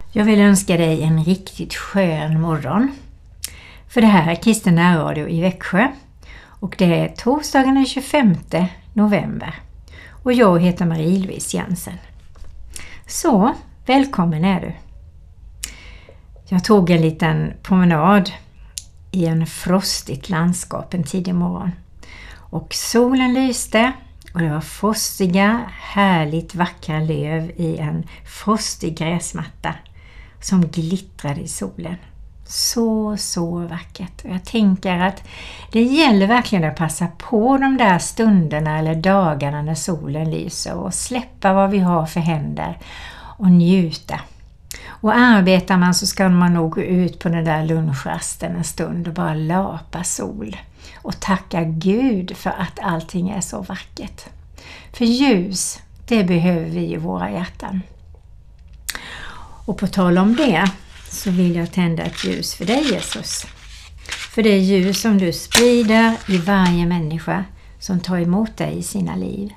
Jag vill önska dig en riktigt skön morgon. För det här är Kristen närradio i Växjö. Och det är torsdagen den 25 november. Och jag heter Marie-Louise Jensen. Så, välkommen är du. Jag tog en liten promenad i en frostigt landskap en tidig morgon. Och solen lyste och det var frostiga, härligt vackra löv i en frostig gräsmatta som glittrade i solen. Så vackert. Och jag tänker att det gäller verkligen att passa på de där stunderna eller dagarna när solen lyser och släppa vad vi har för händer och njuta. Och arbetar man så ska man nog gå ut på den där lunchrasten en stund och bara lapa sol. Och tacka Gud för att allting är så vackert. För ljus, det behöver vi i våra hjärtan. Och på tal om det så vill jag tända ett ljus för dig, Jesus. För det ljus som du sprider i varje människa som tar emot dig i sina liv.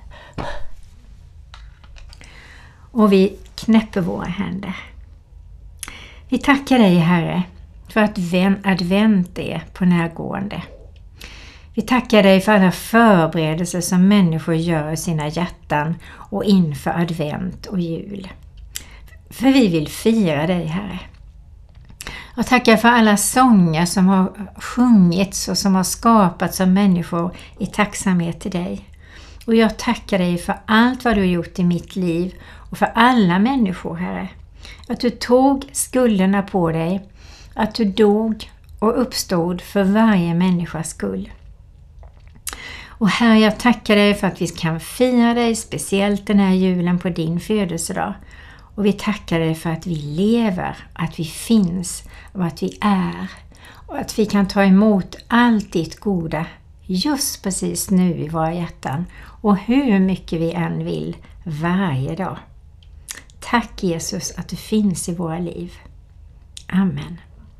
Och vi knäpper våra händer. Vi tackar dig, Herre, för att advent är på närgående. Vi tackar dig för alla förberedelser som människor gör i sina hjärtan och inför advent och jul. För vi vill fira dig, Herre. Jag tackar för alla sånger som har sjungits och som har skapats av människor i tacksamhet till dig. Och jag tackar dig för allt vad du har gjort i mitt liv och för alla människor, Herre. Att du tog skulderna på dig, att du dog och uppstod för varje människas skull. Och Herre, jag tackar dig för att vi kan fira dig, speciellt den här julen på din födelsedag. Och vi tackar dig för att vi lever, att vi finns och att vi är. Och att vi kan ta emot allt ditt goda just precis nu i våra hjärtan. Och hur mycket vi än vill varje dag. Tack Jesus att du finns i våra liv. Amen.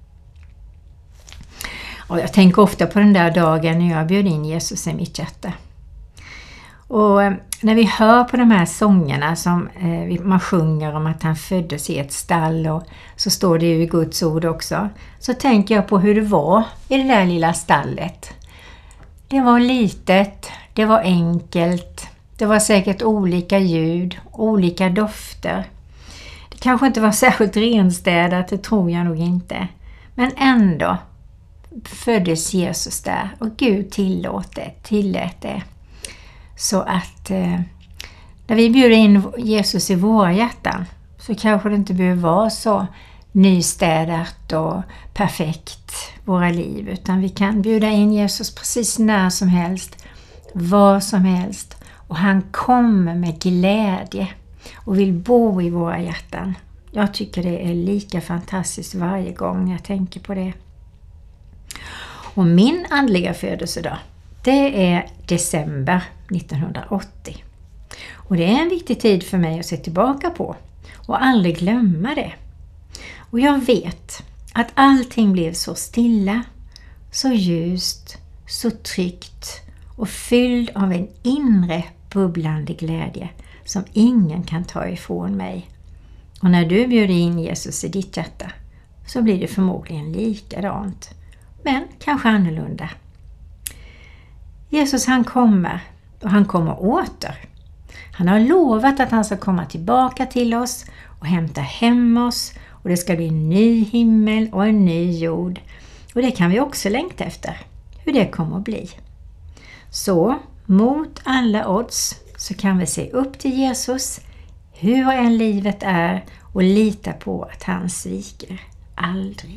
Och jag tänker ofta på den där dagen när jag bjöd in Jesus i mitt hjärta. Och när vi hör på de här sångerna som man sjunger om att han föddes i ett stall och så står det ju i Guds ord också. Så tänker jag på hur det var i det där lilla stallet. Det var litet, det var enkelt, det var säkert olika ljud, olika dofter. Det kanske inte var särskilt renstädat, det tror jag nog inte. Men ändå föddes Jesus där och Gud tillät det. Så att när vi bjuder in Jesus i våra hjärtan så kanske det inte behöver vara så nystädat och perfekt våra liv. Utan vi kan bjuda in Jesus precis när som helst, var som helst. Och han kommer med glädje och vill bo i våra hjärtan. Jag tycker det är lika fantastiskt varje gång jag tänker på det. Och min andliga födelsedag, det är december 1980. Och det är en viktig tid för mig att se tillbaka på och aldrig glömma det. Och jag vet att allting blev så stilla, så ljust, så tryggt och fylld av en inre bubblande glädje som ingen kan ta ifrån mig. Och när du bjuder in Jesus i ditt hjärta så blir det förmodligen likadant, men kanske annorlunda. Jesus han kommer och han kommer åter. Han har lovat att han ska komma tillbaka till oss och hämta hem oss och det ska bli en ny himmel och en ny jord. Och det kan vi också längta efter, hur det kommer att bli. Så mot alla odds så kan vi se upp till Jesus, hur än livet är och lita på att han sviker aldrig.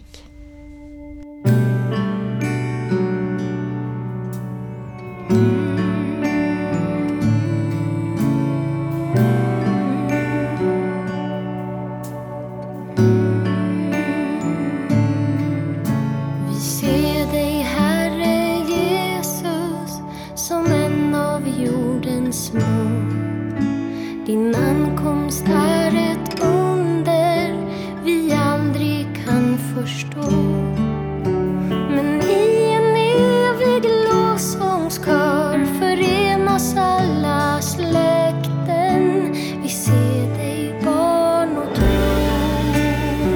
Din ankomst är ett under vi aldrig kan förstå. Men i en evig lovsångskör förenas alla släkten. Vi ser dig barn och tro.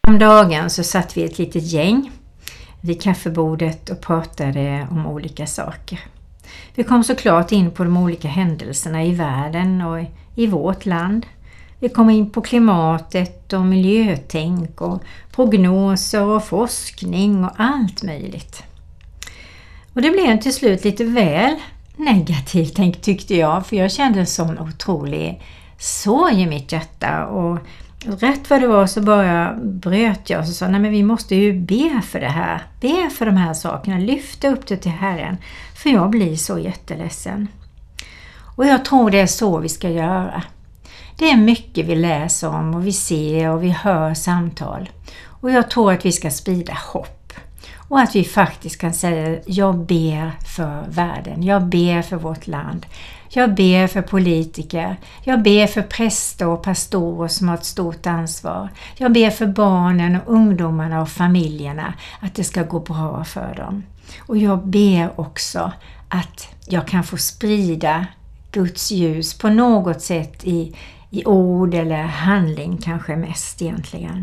Om dagen så satt vi ett litet gäng vid kaffebordet och pratade om olika saker. Vi kom såklart in på de olika händelserna i världen och i vårt land. Vi kom in på klimatet och miljötänk och prognoser och forskning och allt möjligt. Och det blev till slut lite väl negativt tyckte jag, för jag kände en sån otrolig sorg i mitt hjärta, och rätt vad det var så bara bröt jag och sa, nej men vi måste ju be för det här, be för de här sakerna, lyfta upp det till Herren, för jag blir så jätteledsen. Och jag tror det är så vi ska göra. Det är mycket vi läser om och vi ser och vi hör samtal, och jag tror att vi ska sprida hopp. Och att vi faktiskt kan säga, jag ber för världen, jag ber för vårt land, jag ber för politiker, jag ber för präster och pastorer som har ett stort ansvar. Jag ber för barnen och ungdomarna och familjerna, att det ska gå bra för dem. Och jag ber också att jag kan få sprida Guds ljus på något sätt i ord eller handling, kanske mest egentligen.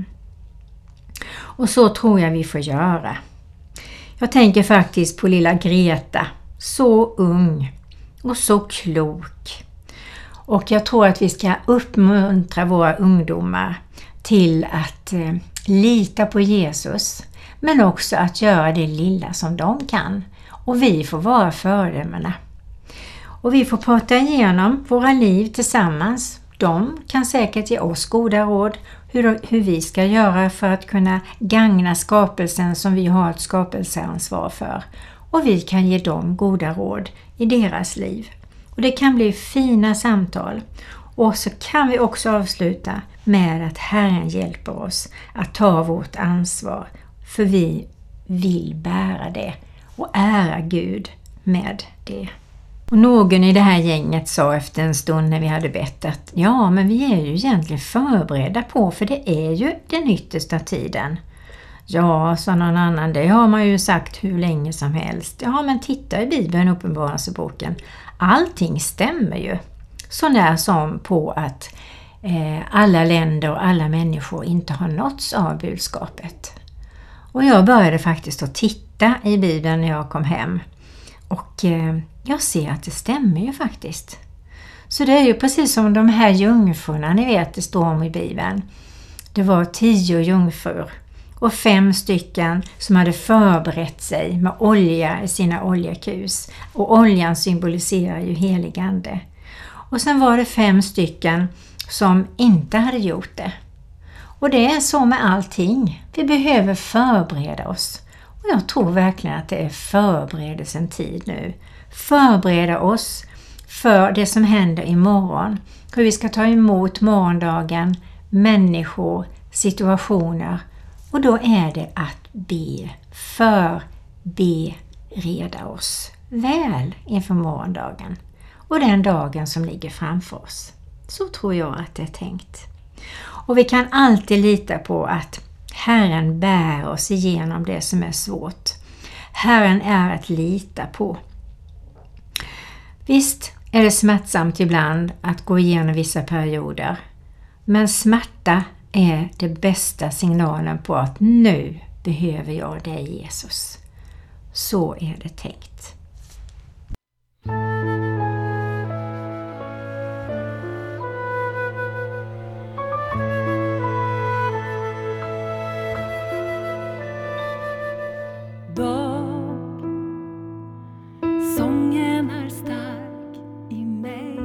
Och så tror jag vi får göra. Jag tänker faktiskt på lilla Greta, så ung och så klok. Och jag tror att vi ska uppmuntra våra ungdomar till att lita på Jesus, men också att göra det lilla som de kan. Och vi får vara föredömena. Och vi får prata igenom våra liv tillsammans. De kan säkert ge oss goda råd hur vi ska göra för att kunna gagna skapelsen som vi har ett skapelseansvar för. Och vi kan ge dem goda råd i deras liv. Och det kan bli fina samtal. Och så kan vi också avsluta med att Herren hjälper oss att ta vårt ansvar. För vi vill bära det och ära Gud med det. Och någon i det här gänget sa efter en stund när vi hade bett att ja, men vi är ju egentligen förberedda på, för det är ju den yttersta tiden. Ja, sa någon annan, det har man ju sagt hur länge som helst. Ja, men titta i Bibeln, Uppenbarelseboken. Allting stämmer ju. Så när som på att alla länder och alla människor inte har nåtts av budskapet. Och jag började faktiskt att titta i Bibeln när jag kom hem. Och jag ser att det stämmer ju faktiskt. Så det är ju precis som de här jungfrurna, ni vet, det står om i Bibeln. Det var 10 jungfrur och 5 stycken som hade förberett sig med olja i sina oljekrus. Och oljan symboliserar ju helig ande. Och sen var det 5 stycken som inte hade gjort det. Och det är så med allting. Vi behöver förbereda oss. Och jag tror verkligen att det är förberedelsen tid nu. Förbereda oss för det som händer imorgon. Hur vi ska ta emot morgondagen, människor, situationer. Och då är det att bereda oss väl inför morgondagen. Och den dagen som ligger framför oss. Så tror jag att det är tänkt. Och vi kan alltid lita på att Herren bär oss igenom det som är svårt. Herren är att lita på. Visst är det smärtsamt ibland att gå igenom vissa perioder. Men smärta är det bästa signalen på att nu behöver jag dig, Jesus. Så är det tänkt. Sången är stark i mig.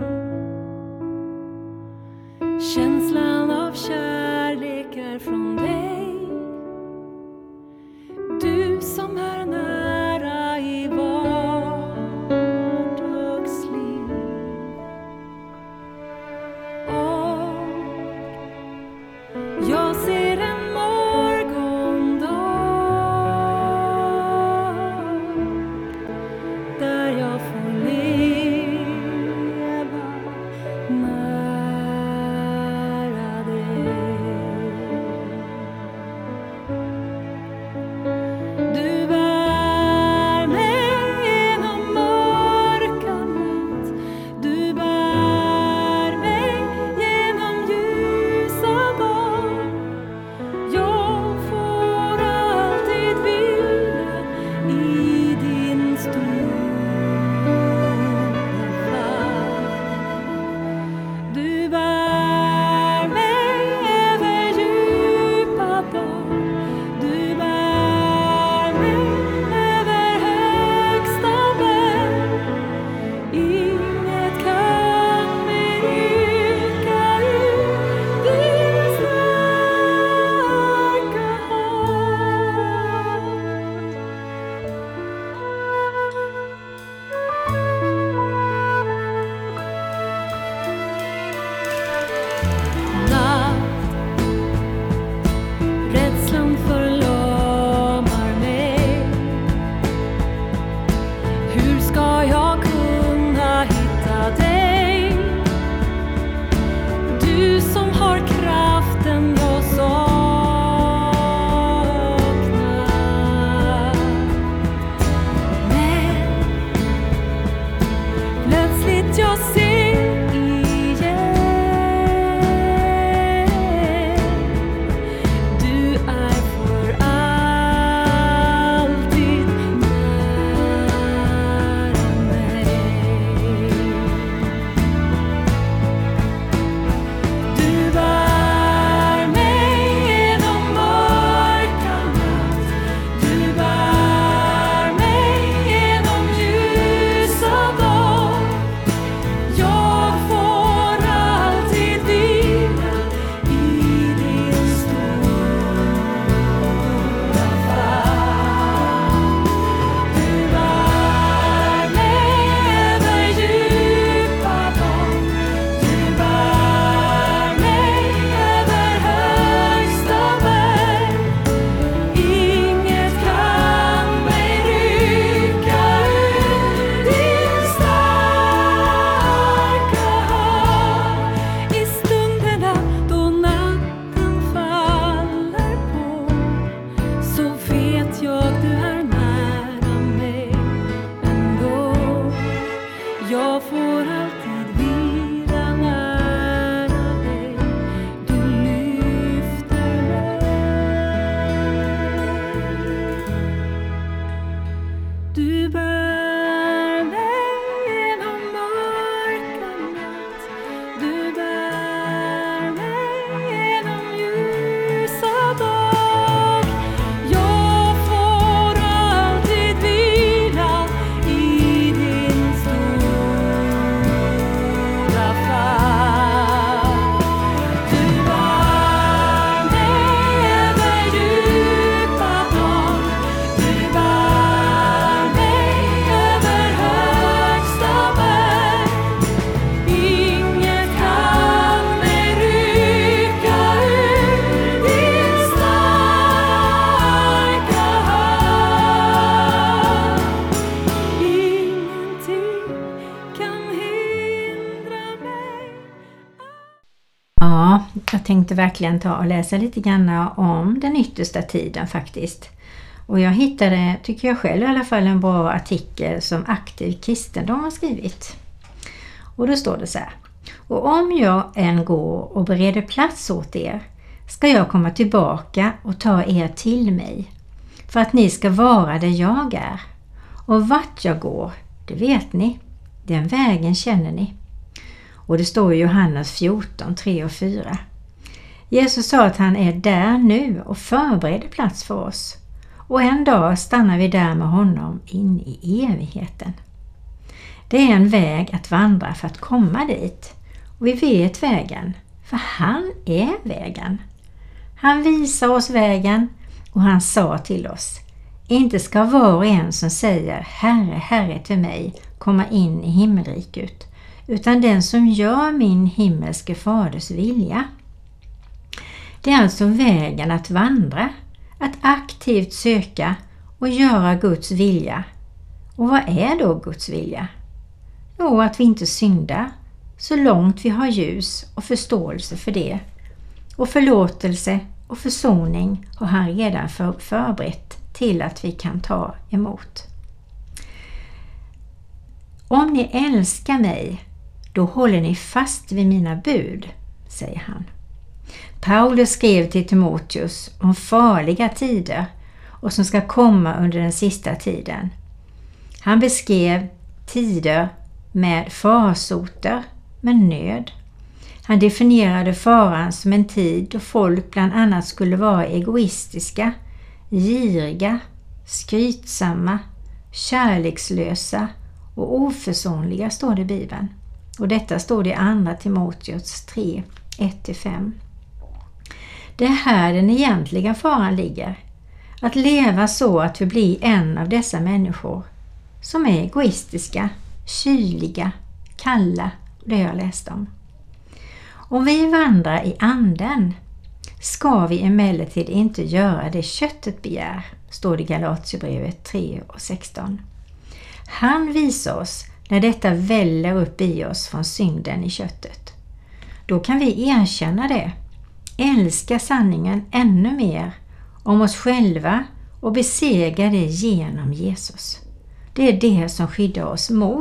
Känslan av kärlek är från dig. Du som är nära i var. att jag ser igen. Du är för alltid nära mig. Du bär mig genom mörka natt. Du bär mig genom ljusa dag. Jag får alltid vila i din stora famn. Du bär mig över djupa hav. Du bär mig över högsta berg. Inget kan mig rycka ur din starka hand. I stunderna då natten faller på, så vet jag du är nära mig ändå. Jag får alltid vila nära dig. Du lyfter mig. Du bär mig genom mörka natt. Du bär mig genom ljusa dag. Jag får alltid vila i din stora famn. Du bär mig över djupa hav. Du bär mig över högsta berg. Inget kan mig rycka ur din starka hand. Ingenting kan hindra mig. Ja, jag tänkte verkligen ta och läsa lite grann om den yttersta tiden faktiskt. Och jag hittade, tycker jag själv i alla fall, en bra artikel som Aktiv kristendom har skrivit. Och då står det så här: och om jag än går och bereder plats åt er, ska jag komma tillbaka och ta er till mig, för att ni ska vara där jag är. Och vart jag går, det vet ni, den vägen känner ni. Och det står i Johannes 14, 3 och 4. Jesus sa att han är där nu och förbereder plats för oss. Och en dag stannar vi där med honom in i evigheten. Det är en väg att vandra för att komma dit. Och vi vet vägen, för han är vägen. Han visar oss vägen och han sa till oss: inte ska var och en som säger Herre, Herre till mig komma in i himmelriket, utan den som gör min himmelske faders vilja. Det är alltså vägen att vandra, att aktivt söka och göra Guds vilja. Och vad är då Guds vilja? Jo, att vi inte syndar, så långt vi har ljus och förståelse för det. Och förlåtelse och försoning har han redan förberett till att vi kan ta emot. Om ni älskar mig, då håller ni fast vid mina bud, säger han. Paulus skrev till Timoteus om farliga tider och som ska komma under den sista tiden. Han beskrev tider med farsoter, med nöd. Han definierade faran som en tid då folk bland annat skulle vara egoistiska, giriga, skrytsamma, kärlekslösa och oförsonliga, står det i Bibeln. Och detta står det i andra Timoteus 3, 1-5. Det är här den egentliga faran ligger. Att leva så att vi blir en av dessa människor som är egoistiska, kyliga, kalla, det jag läst om. Om vi vandrar i anden ska vi emellertid inte göra det köttet begär, står det i Galaterbrevet 3 och 16. Han visar oss när detta väller upp i oss från synden i köttet. Då kan vi erkänna det, älska sanningen ännu mer om oss själva och besegra det genom Jesus. Det är det som skyddar oss mot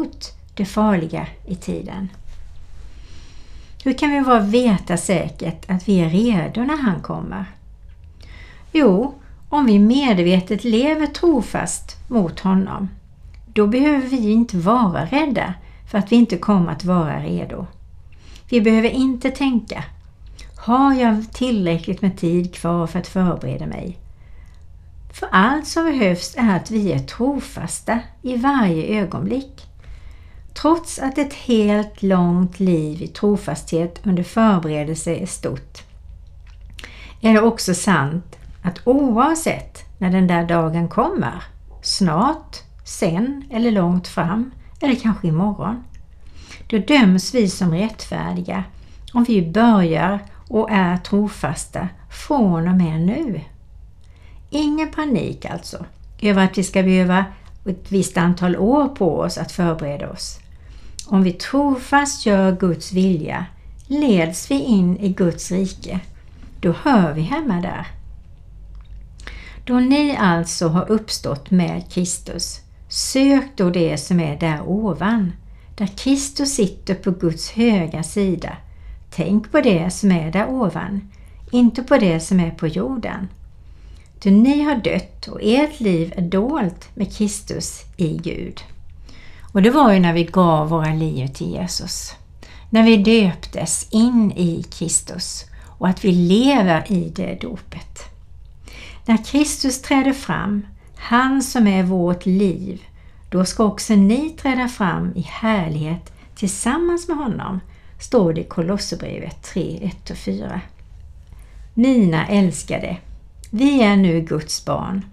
det farliga i tiden. Hur kan vi veta säkert att vi är redo när han kommer? Jo, om vi medvetet lever trofast mot honom, då behöver vi inte vara rädda för att vi inte kommer att vara redo. Vi behöver inte tänka, har jag tillräckligt med tid kvar för att förbereda mig? För allt som behövs är att vi är trofasta i varje ögonblick. Trots att ett helt långt liv i trofasthet under förberedelse är stort, är det också sant att oavsett när den där dagen kommer, snart, sen eller långt fram eller kanske imorgon, då döms vi som rättfärdiga om vi börjar och är trofasta från och med nu. Ingen panik alltså över att vi ska behöva ett visst antal år på oss att förbereda oss. Om vi trofast gör Guds vilja leds vi in i Guds rike. Då hör vi hemma där. Då ni alltså har uppstått med Kristus, sök då det som är där ovan, där Kristus sitter på Guds högra sida. Tänk på det som är där ovan, inte på det som är på jorden. Då ni har dött och ert liv är dolt med Kristus i Gud. Och det var ju när vi gav våra liv till Jesus. När vi döptes in i Kristus och att vi lever i det dopet. När Kristus träder fram, han som är vårt liv, då ska också ni träda fram i härlighet tillsammans med honom, står det i Kolosserbrevet 3, 1-4. Mina älskade, vi är nu Guds barn.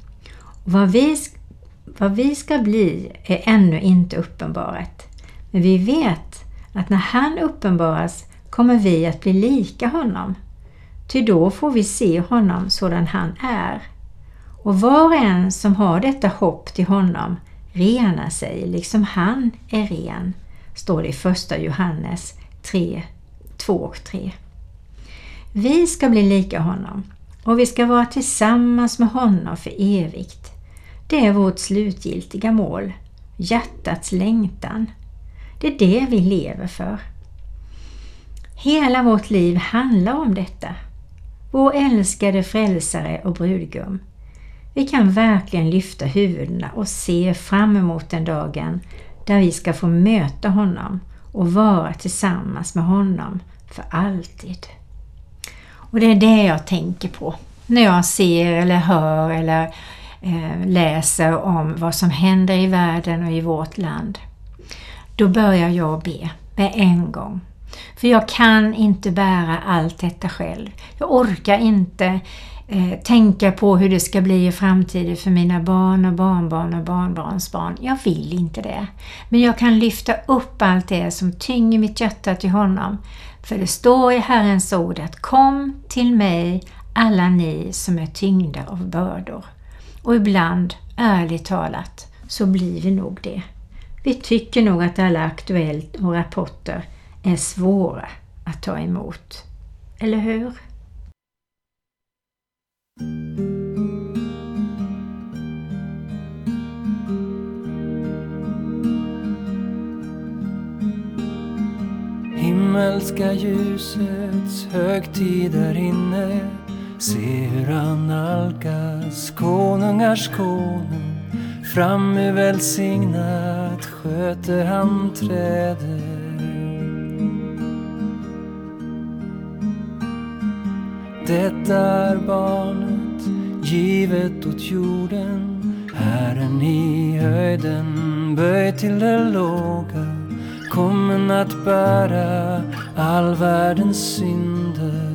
Vad vi ska bli är ännu inte uppenbarat. Men vi vet att när han uppenbaras kommer vi att bli lika honom. Ty då får vi se honom sådan han är. Och var och en som har detta hopp till honom renar sig liksom han är ren, står det i 1 Johannes 3, 2-3. Vi ska bli lika honom och vi ska vara tillsammans med honom för evigt. Det är vårt slutgiltiga mål, hjärtats längtan. Det är det vi lever för. Hela vårt liv handlar om detta. Vår älskade frälsare och brudgum. Vi kan verkligen lyfta huvudena och se fram emot den dagen där vi ska få möta honom och vara tillsammans med honom för alltid. Och det är det jag tänker på när jag ser eller hör eller läser om vad som händer i världen och i vårt land. Då börjar jag be med en gång. För jag kan inte bära allt detta själv. Jag orkar inte tänka på hur det ska bli i framtiden för mina barn och barnbarn och barnbarnsbarn. Jag vill inte det. Men jag kan lyfta upp allt det som tynger mitt hjärta till honom. För det står i Herrens ord att kom till mig alla ni som är tyngda av bördor. Och ibland, ärligt talat, så blir vi nog det. Vi tycker nog att alla Aktuellt och rapporter är svåra att ta emot. Eller hur? Himmelska ljusets högtid där inne, se hur han nalkas konungars konung. Fram med välsignat sköter han träder. Detta är barnet givet åt jorden, Herren i höjden böj till det låga, kommen att bära all världens synder.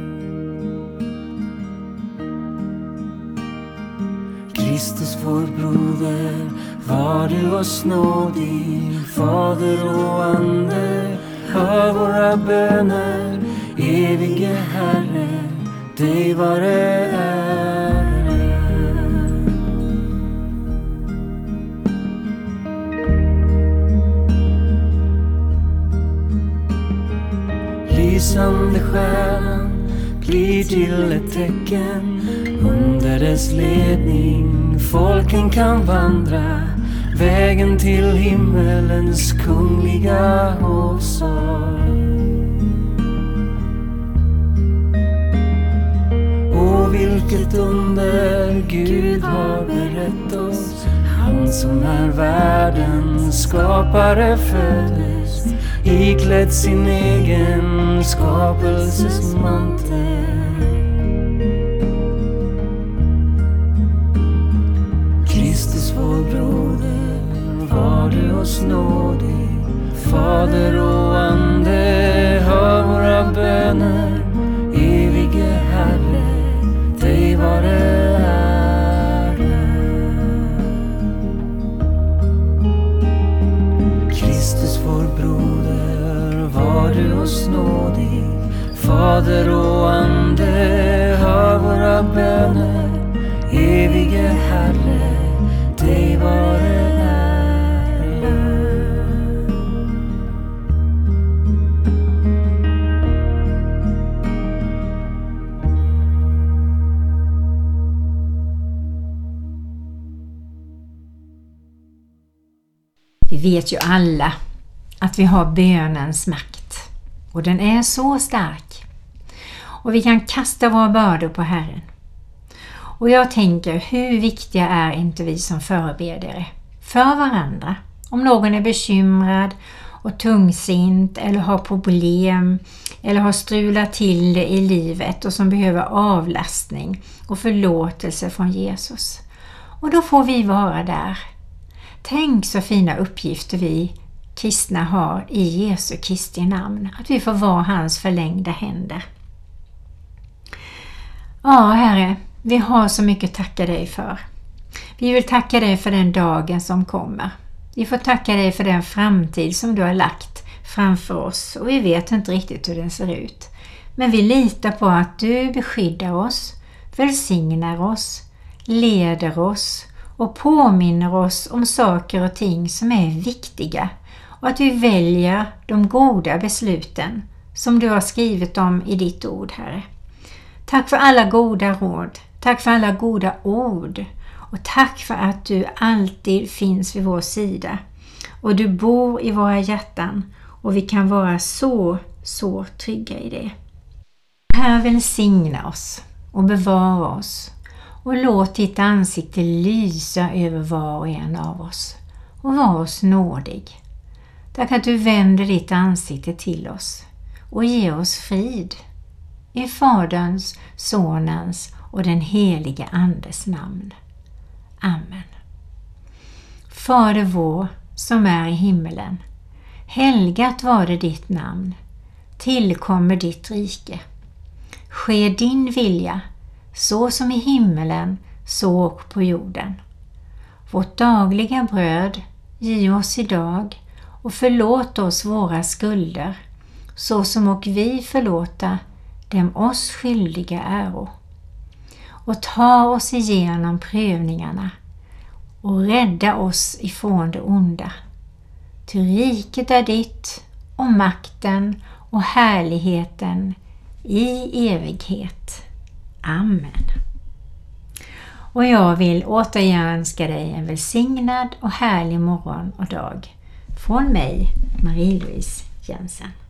Kristus vår broder, var du oss nådig, Fader och Ande, hör våra böner, evige Herre, dig vare ära. Lysande stjärnan blir till ett tecken, under dess ledning folken kan vandra. vägen till himmelens kungliga hovsal. Och vilket under Gud har berett oss, han som är världens skapare föddes, iklädd sin egen skapelses mantel. Kristus vår broder, var du oss nådig. Fader och ande, hör våra böner. Evige Herre, dig vare ära. Kristus vår broder, var du oss nådig. Fader och ande, hör våra böner. Evige Herre, dig vare ära. Vi vet ju alla att vi har bönens makt och den är så stark. Och vi kan kasta våra bördor på Herren. Och jag tänker, hur viktiga är inte vi som förebedjare för varandra? Om någon är bekymrad och tungsint eller har problem eller har strulat till det i livet och som behöver avlastning och förlåtelse från Jesus. Och då får vi vara där. Tänk så fina uppgifter vi kristna har i Jesu Kristi namn. Att vi får vara hans förlängda händer. Ja, Herre, vi har så mycket att tacka dig för. Vi vill tacka dig för den dagen som kommer. Vi får tacka dig för den framtid som du har lagt framför oss. Och vi vet inte riktigt hur den ser ut. Men vi litar på att du beskyddar oss, välsignar oss, leder oss och påminner oss om saker och ting som är viktiga. Och att vi väljer de goda besluten som du har skrivit om i ditt ord, Herre. Tack för alla goda råd. Tack för alla goda ord. Och tack för att du alltid finns vid vår sida. Och du bor i våra hjärtan. Och vi kan vara så trygga i det. Herre, välsigna oss och bevara oss. Och låt ditt ansikte lysa över var och en av oss. Och var oss nådig. Tack att du vänder ditt ansikte till oss. Och ger oss frid. I Faderns, Sonens och den helige Andes namn. Amen. Fader vår som är i himmelen. Helgat var det ditt namn. Tillkommer ditt rike. Ske din vilja, så som i himmelen, så och på jorden. Vårt dagliga bröd giv oss idag och förlåt oss våra skulder, så som och vi förlåta dem oss skyldiga äro. Och ta oss igenom prövningarna och rädda oss ifrån det onda. Ty riket är ditt och makten och härligheten i evighet. Amen. Och jag vill återigen önska dig en välsignad och härlig morgon och dag. Från mig, Marie-Louise Jensen.